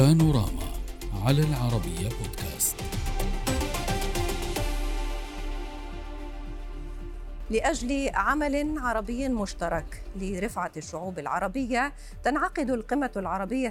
بانوراما على العربية بودكاست. لأجل عمل عربي مشترك لرفعة الشعوب العربية تنعقد القمة العربية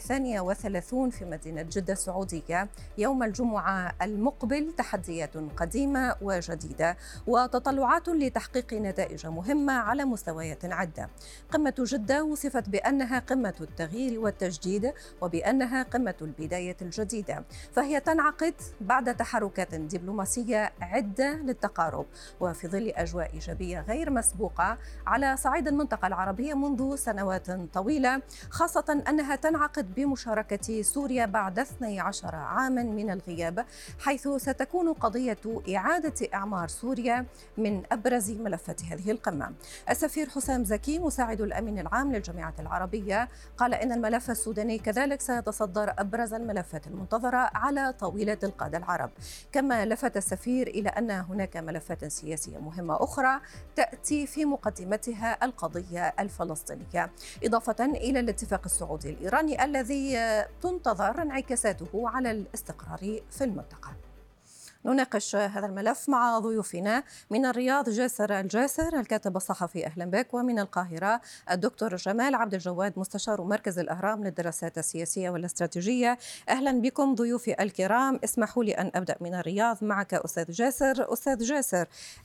32 في مدينة جدة السعودية يوم الجمعة المقبل. تحديات قديمة وجديدة وتطلعات لتحقيق نتائج مهمة على مستويات عدة. قمة جدة وصفت بأنها قمة التغيير والتجديد وبأنها قمة البداية الجديدة، فهي تنعقد بعد تحركات دبلوماسية عدة للتقارب وفي ظل أجواء إيجابية غير مسبوقة على صعيد المنطقة العربية منذ سنوات طويلة، خاصة أنها تنعقد بمشاركة سوريا بعد 12 عاما من الغياب، حيث ستكون قضية إعادة إعمار سوريا من أبرز ملفات هذه القمة. السفير حسام زكي مساعد الأمين العام للجامعة العربية قال إن الملف السوداني كذلك سيتصدر أبرز الملفات المنتظرة على طاولة القادة العرب. كما لفت السفير إلى أن هناك ملفات سياسية مهمة أخرى تأتي في مقدمتها القضية الفلسطينية، إضافة إلى الاتفاق السعودي الإيراني الذي تنتظر انعكاساته على الاستقرار في المنطقة. نناقش هذا الملف مع ضيوفنا من الرياض جاسر الجاسر الكاتب الصحفي، أهلا بك، ومن القاهرة الدكتور جمال عبد الجواد مستشار مركز الأهرام للدراسات السياسية والاستراتيجية. أهلا بكم ضيوفي الكرام. اسمحوا لي أن أبدأ من الرياض معك أستاذ جاسر. أستاذ جاسر،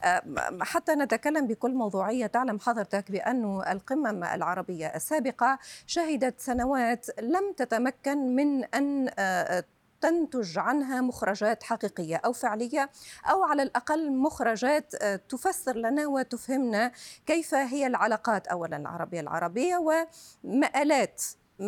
حتى نتكلم بكل موضوعية، تعلم حضرتك بأن القمم العربية السابقة شهدت سنوات لم تتمكن من أن تنتج عنها مخرجات حقيقية أو فعلية، أو على الأقل مخرجات تفسر لنا وتفهمنا كيف هي العلاقات أولا العربية ومآلات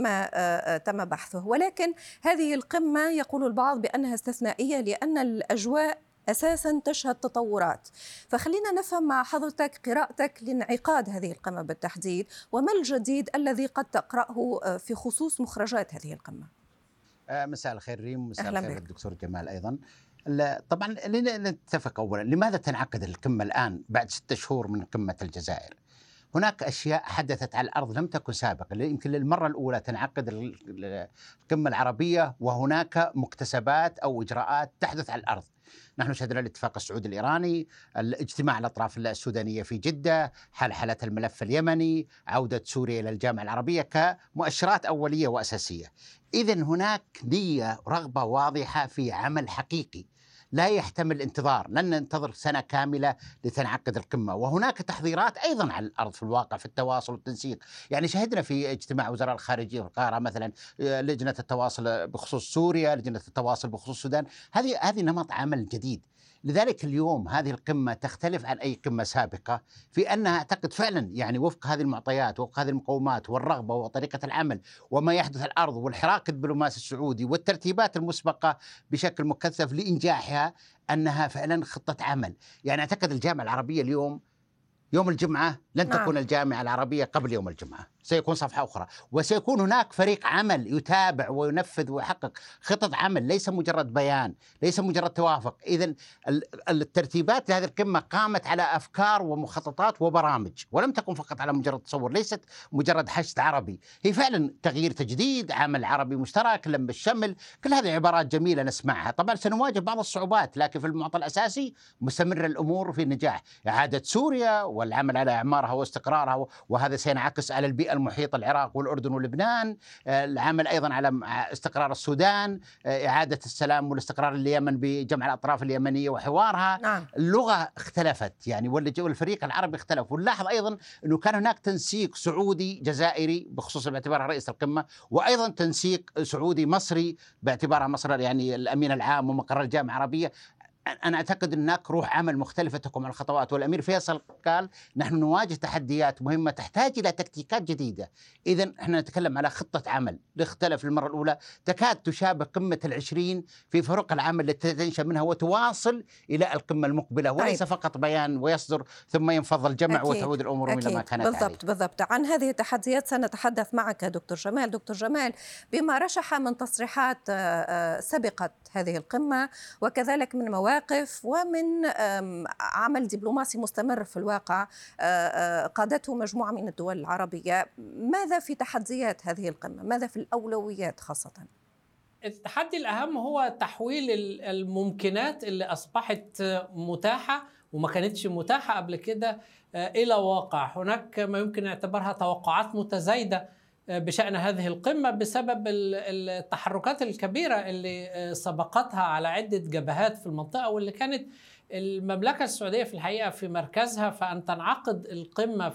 ما تم بحثه. ولكن هذه القمة يقول البعض بأنها استثنائية لأن الأجواء أساساً تشهد تطورات، فخلينا نفهم مع حضرتك قراءتك لانعقاد هذه القمة بالتحديد، وما الجديد الذي قد تقرأه في خصوص مخرجات هذه القمة. مساء الخير ريم، مساء الخير الدكتور جمال أيضا. طبعا نتفق أولا، لماذا تنعقد القمة الآن بعد 6 شهور من قمة الجزائر؟ هناك أشياء حدثت على الأرض لم تكن سابقا، يمكن للمرة الأولى تنعقد القمة العربية وهناك مكتسبات أو إجراءات تحدث على الأرض. نحن شهدنا الاتفاق السعودي الإيراني، الاجتماع الأطراف السودانية في جدة، حلحلة الملف اليمني، عودة سوريا إلى الجامعة العربية كمؤشرات أولية وأساسية. إذن هناك نية رغبة واضحة في عمل حقيقي لا يحتمل انتظار، لن ننتظر سنة كاملة لتنعقد القمة. وهناك تحضيرات أيضا على الأرض في الواقع في التواصل والتنسيق. يعني شهدنا في اجتماع وزراء الخارجية في القاهرة مثلا لجنة التواصل بخصوص سوريا، لجنة التواصل بخصوص السودان، هذه نمط عمل جديد. لذلك اليوم هذه القمة تختلف عن أي قمة سابقة في أنها أعتقد فعلا يعني وفق هذه المعطيات، وفق هذه المقومات والرغبة وطريقة العمل وما يحدث على الأرض والحراك الدبلوماسي السعودي والترتيبات المسبقة بشكل مكثف لإنجاحها، أنها فعلا خطة عمل. يعني أعتقد الجامعة العربية اليوم يوم الجمعة لن تكون الجامعة العربية قبل يوم الجمعة، سيكون صفحة أخرى، وسيكون هناك فريق عمل يتابع وينفذ ويحقق خطط عمل، ليس مجرد بيان، ليس مجرد توافق. إذن الترتيبات لهذه القمة قامت على أفكار ومخططات وبرامج، ولم تكن فقط على مجرد تصور، ليست مجرد حشد عربي، هي فعلا تغيير، تجديد، عمل عربي مشترك، لم الشمل، كل هذه عبارات جميلة نسمعها. طبعا سنواجه بعض الصعوبات، لكن في المعطى الأساسي مستمر الأمور في نجاح. إعادة سوريا والعمل على إعمارها واستقرارها، وهذا سينعكس على البيئة المحيطة، العراق والأردن ولبنان. العمل أيضا على استقرار السودان، إعادة السلام والاستقرار اليمن بجمع الأطراف اليمنية وحوارها. اللغة اختلفت يعني، والفريق العربي اختلف. ونلاحظ أيضا أنه كان هناك تنسيق سعودي جزائري بخصوص باعتبارها رئيس القمة، وأيضا تنسيق سعودي مصري باعتبارها مصر يعني الأمين العام ومقر الجامعة العربية. أنا أعتقد أن هناك روح عمل مختلفة تقوم على الخطوات. والأمير فيصل قال نحن نواجه تحديات مهمة تحتاج إلى تكتيكات جديدة. إذن إحنا نتكلم على خطة عمل لاختلف المرة الأولى، تكاد تشابه قمة ال20 في فرق العمل التي تنشأ منها وتواصل إلى القمة المقبلة، وليس فقط بيان ويصدر ثم ينفض الجمع وتعود الأمور إلى ما كانت عليه. بالضبط. عن هذه التحديات سنتحدث معك دكتور جمال. دكتور جمال، بما رشح من تصريحات سبقت هذه القمة وكذلك من مواقف ومن عمل دبلوماسي مستمر في الواقع قادته مجموعة من الدول العربية، ماذا في تحديات هذه القمة؟ ماذا في الأولويات خاصة؟ التحدي الأهم هو تحويل الممكنات اللي أصبحت متاحة وما كانتش متاحة قبل كده إلى واقع. هناك ما يمكن اعتبارها توقعات متزايدة بشأن هذه القمة بسبب التحركات الكبيرة اللي سبقتها على عدة جبهات في المنطقة، واللي كانت المملكة السعودية في الحقيقة في مركزها. فأن تنعقد القمة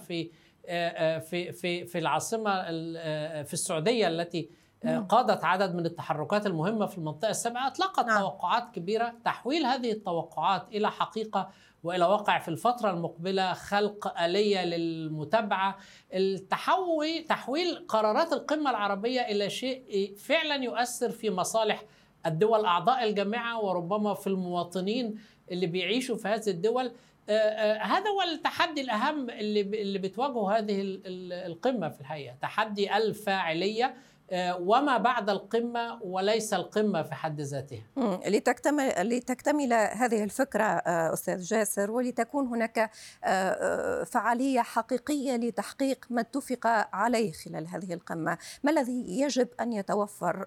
في العاصمة في السعودية التي قادت عدد من التحركات المهمة في المنطقة السابقة، أطلقت توقعات كبيرة. تحويل هذه التوقعات إلى حقيقة وإلى واقع في الفترة المقبلة، خلق آلية للمتابعة، تحويل قرارات القمة العربية إلى شيء فعلا يؤثر في مصالح الدول أعضاء الجامعة وربما في المواطنين اللي بيعيشوا في هذه الدول. هذا هو التحدي الأهم اللي بتواجهه هذه القمة في الحقيقة، تحدي الفاعلية وما بعد القمة وليس القمة في حد ذاتها. لتكتمل هذه الفكرة أستاذ جاسر، ولتكون هناك فعالية حقيقية لتحقيق ما اتفق عليه خلال هذه القمة، ما الذي يجب أن يتوفر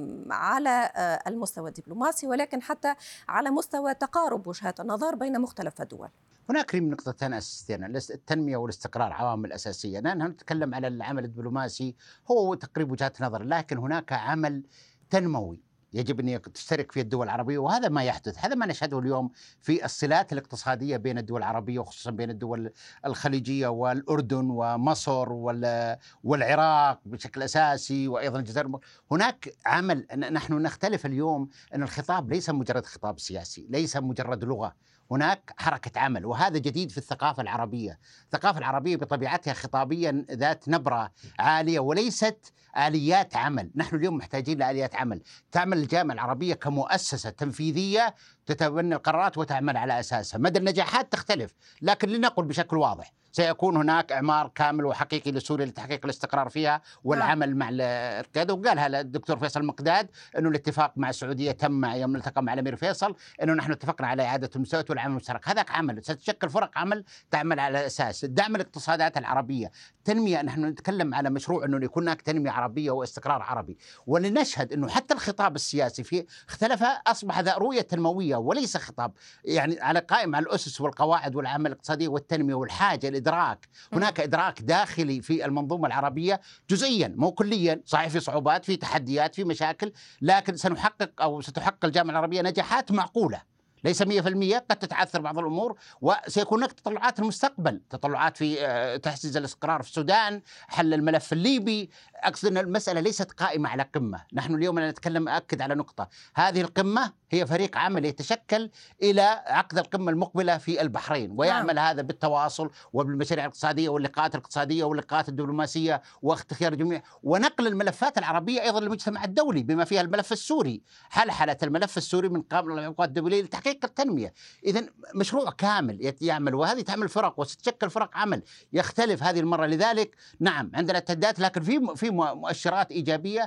على المستوى الدبلوماسي ولكن حتى على مستوى تقارب وجهات النظر بين مختلف الدول؟ هناك نقطتين أساسيتين، التنمية والاستقرار عوامل أساسية. نحن نتكلم على العمل الدبلوماسي هو تقريب وجهات نظر، لكن هناك عمل تنموي يجب أن تشترك فيه الدول العربية، وهذا ما يحدث. هذا ما نشهده اليوم في الصلات الاقتصادية بين الدول العربية، وخصوصا بين الدول الخليجية والأردن ومصر والعراق بشكل أساسي، وأيضا الجزائر. هناك عمل. نحن نختلف اليوم أن الخطاب ليس مجرد خطاب سياسي، ليس مجرد لغة، هناك حركة عمل، وهذا جديد في الثقافة العربية. الثقافة العربية بطبيعتها خطابيا ذات نبرة عالية وليست آليات عمل. نحن اليوم محتاجين لآليات عمل. تعمل الجامعة العربية كمؤسسة تنفيذية تتبنى القرارات وتعمل على أساسها. مدى النجاحات تختلف، لكن لنقل بشكل واضح سيكون هناك إعمار كامل وحقيقي لسوريا لتحقيق الاستقرار فيها والعمل مع القيادة. وقالها الدكتور فيصل المقداد أنه الاتفاق مع السعودية تم يوم التقى مع الأمير فيصل، أنه نحن اتفقنا على إعادة المساواة والعمل المشترك. هذاك عمل ستشكل فرق عمل تعمل على أساس دعم الاقتصادات العربية، تنمية. نحن نتكلم على مشروع أنه يكون هناك تنمية عربية واستقرار عربي، ولنشهد أنه حتى الخطاب السياسي فيه اختلف، أصبح ذا رؤية تنموية وليس خطاب يعني على قائم على الأسس والقواعد والعمل الاقتصادي والتنمية والحاجة الإدراك. هناك إدراك داخلي في المنظومة العربية جزئيا مو كليا، صحيح في صعوبات، في تحديات، في مشاكل، لكن سنحقق أو ستحقق الجامعة العربية نجاحات معقولة، ليس 100%، قد تتعثر بعض الأمور، وسيكون هناك تطلعات المستقبل، تطلعات في تحسيز الاستقرار في السودان، حل الملف الليبي. أقصد أن المسألة ليست قائمة على قمة. نحن اليوم نتكلم، أكد على نقطة، هذه القمة هي فريق عمل يتشكل إلى عقد القمة المقبلة في البحرين، ويعمل هذا بالتواصل وبالمشاريع الاقتصادية واللقاءات الاقتصادية واللقاءات الدبلوماسية واختيار الجميع، ونقل الملفات العربية أيضا للمجتمع الدولي بما فيها الملف السوري، حلحلة الملف السوري من قبل العلاقات الدولية لتحقيق التنمية. إذن مشروع كامل يعمل، وهذه تعمل فرق وستشكل فرق عمل يختلف هذه المرة. لذلك نعم عندنا تحديات، لكن في مؤشرات إيجابية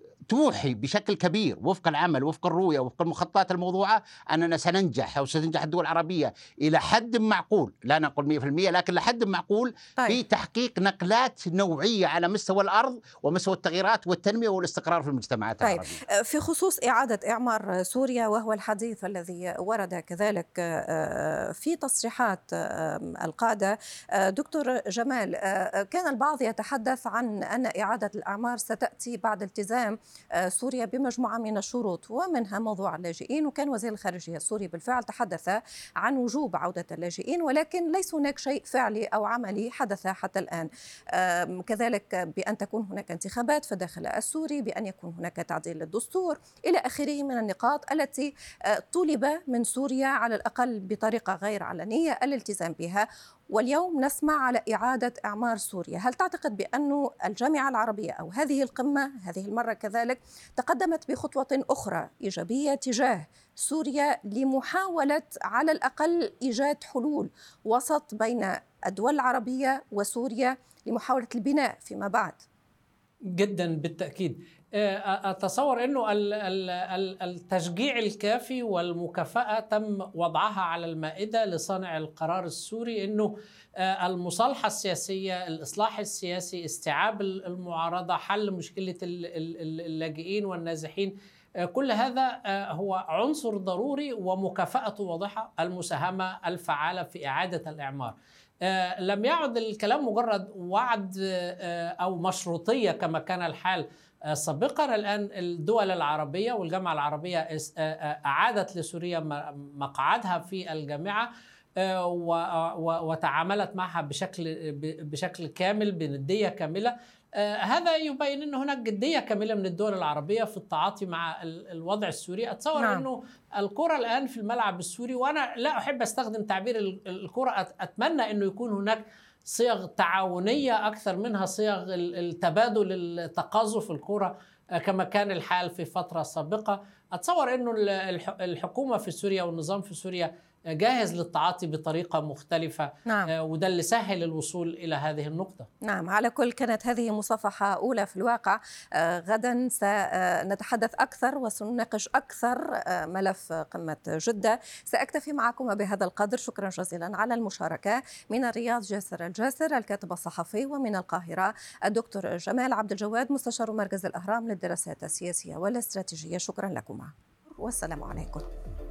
توحي بشكل كبير وفق العمل، وفق الرؤية، وفق المخططات الموضوعة، أننا سننجح أو ستنجح الدول العربية إلى حد معقول، لا نقول 100%، لكن لحد معقول في تحقيق نقلات نوعية على مستوى الأرض ومستوى التغييرات والتنمية والاستقرار في المجتمعات العربية. في خصوص إعادة إعمار سوريا، وهو الحديث الذي ورد كذلك في تصريحات القادة، دكتور جمال، كان البعض يتحدث عن أن إعادة الأعمار ستأتي بعد التزام سوريا بمجموعة من الشروط ومنها موضوع اللاجئين، وكان وزير الخارجية السوري بالفعل تحدث عن وجوب عودة اللاجئين، ولكن ليس هناك شيء فعلي أو عملي حدث حتى الآن. كذلك بأن تكون هناك انتخابات في الداخل السوري، بأن يكون هناك تعديل للدستور إلى آخره من النقاط التي طلب من سوريا على الأقل بطريقة غير علنية الالتزام بها. واليوم نسمع على إعادة إعمار سوريا. هل تعتقد بأن الجامعة العربية أو هذه القمة هذه المرة كذلك تقدمت بخطوة أخرى إيجابية تجاه سوريا لمحاولة على الأقل إيجاد حلول وسط بين الدول العربية وسوريا لمحاولة البناء فيما بعد؟ جدا بالتأكيد. أتصور أنه التشجيع الكافي والمكافأة تم وضعها على المائدة لصانع القرار السوري، أنه المصالحة السياسية، الإصلاح السياسي، استيعاب المعارضة، حل مشكلة اللاجئين والنازحين، كل هذا هو عنصر ضروري ومكافأته واضحة، المساهمة الفعالة في إعادة الإعمار. لم يعد الكلام مجرد وعد أو مشروطية كما كان الحال سابقا. الآن الدول العربية والجامعة العربية أعادت لسوريا مقعدها في الجامعة وتعاملت معها بشكل كامل بندية كاملة. هذا يبين أن هناك جدية كاملة من الدول العربية في التعاطي مع الوضع السوري. أتصور أنه الكرة الآن في الملعب السوري، وأنا لا أحب أستخدم تعبير الكرة، أتمنى أنه يكون هناك صيغ تعاونية أكثر منها صيغ التبادل التقاذف الكرة كما كان الحال في فترة سابقة. أتصور أنه الحكومة في سوريا والنظام في سوريا جاهز للتعاطي بطريقة مختلفة. وده اللي سهل الوصول إلى هذه النقطة. نعم، على كل كانت هذه مصافحة أولى في الواقع. غدا سنتحدث أكثر وسنناقش أكثر ملف قمة جدة. سأكتفي معكم بهذا القدر. شكرا جزيلا على المشاركة. من الرياض جاسر الجاسر الكاتب الصحفي، ومن القاهرة الدكتور جمال عبد الجواد مستشار مركز الأهرام للدراسات السياسية والاستراتيجية. شكرا لكما والسلام عليكم.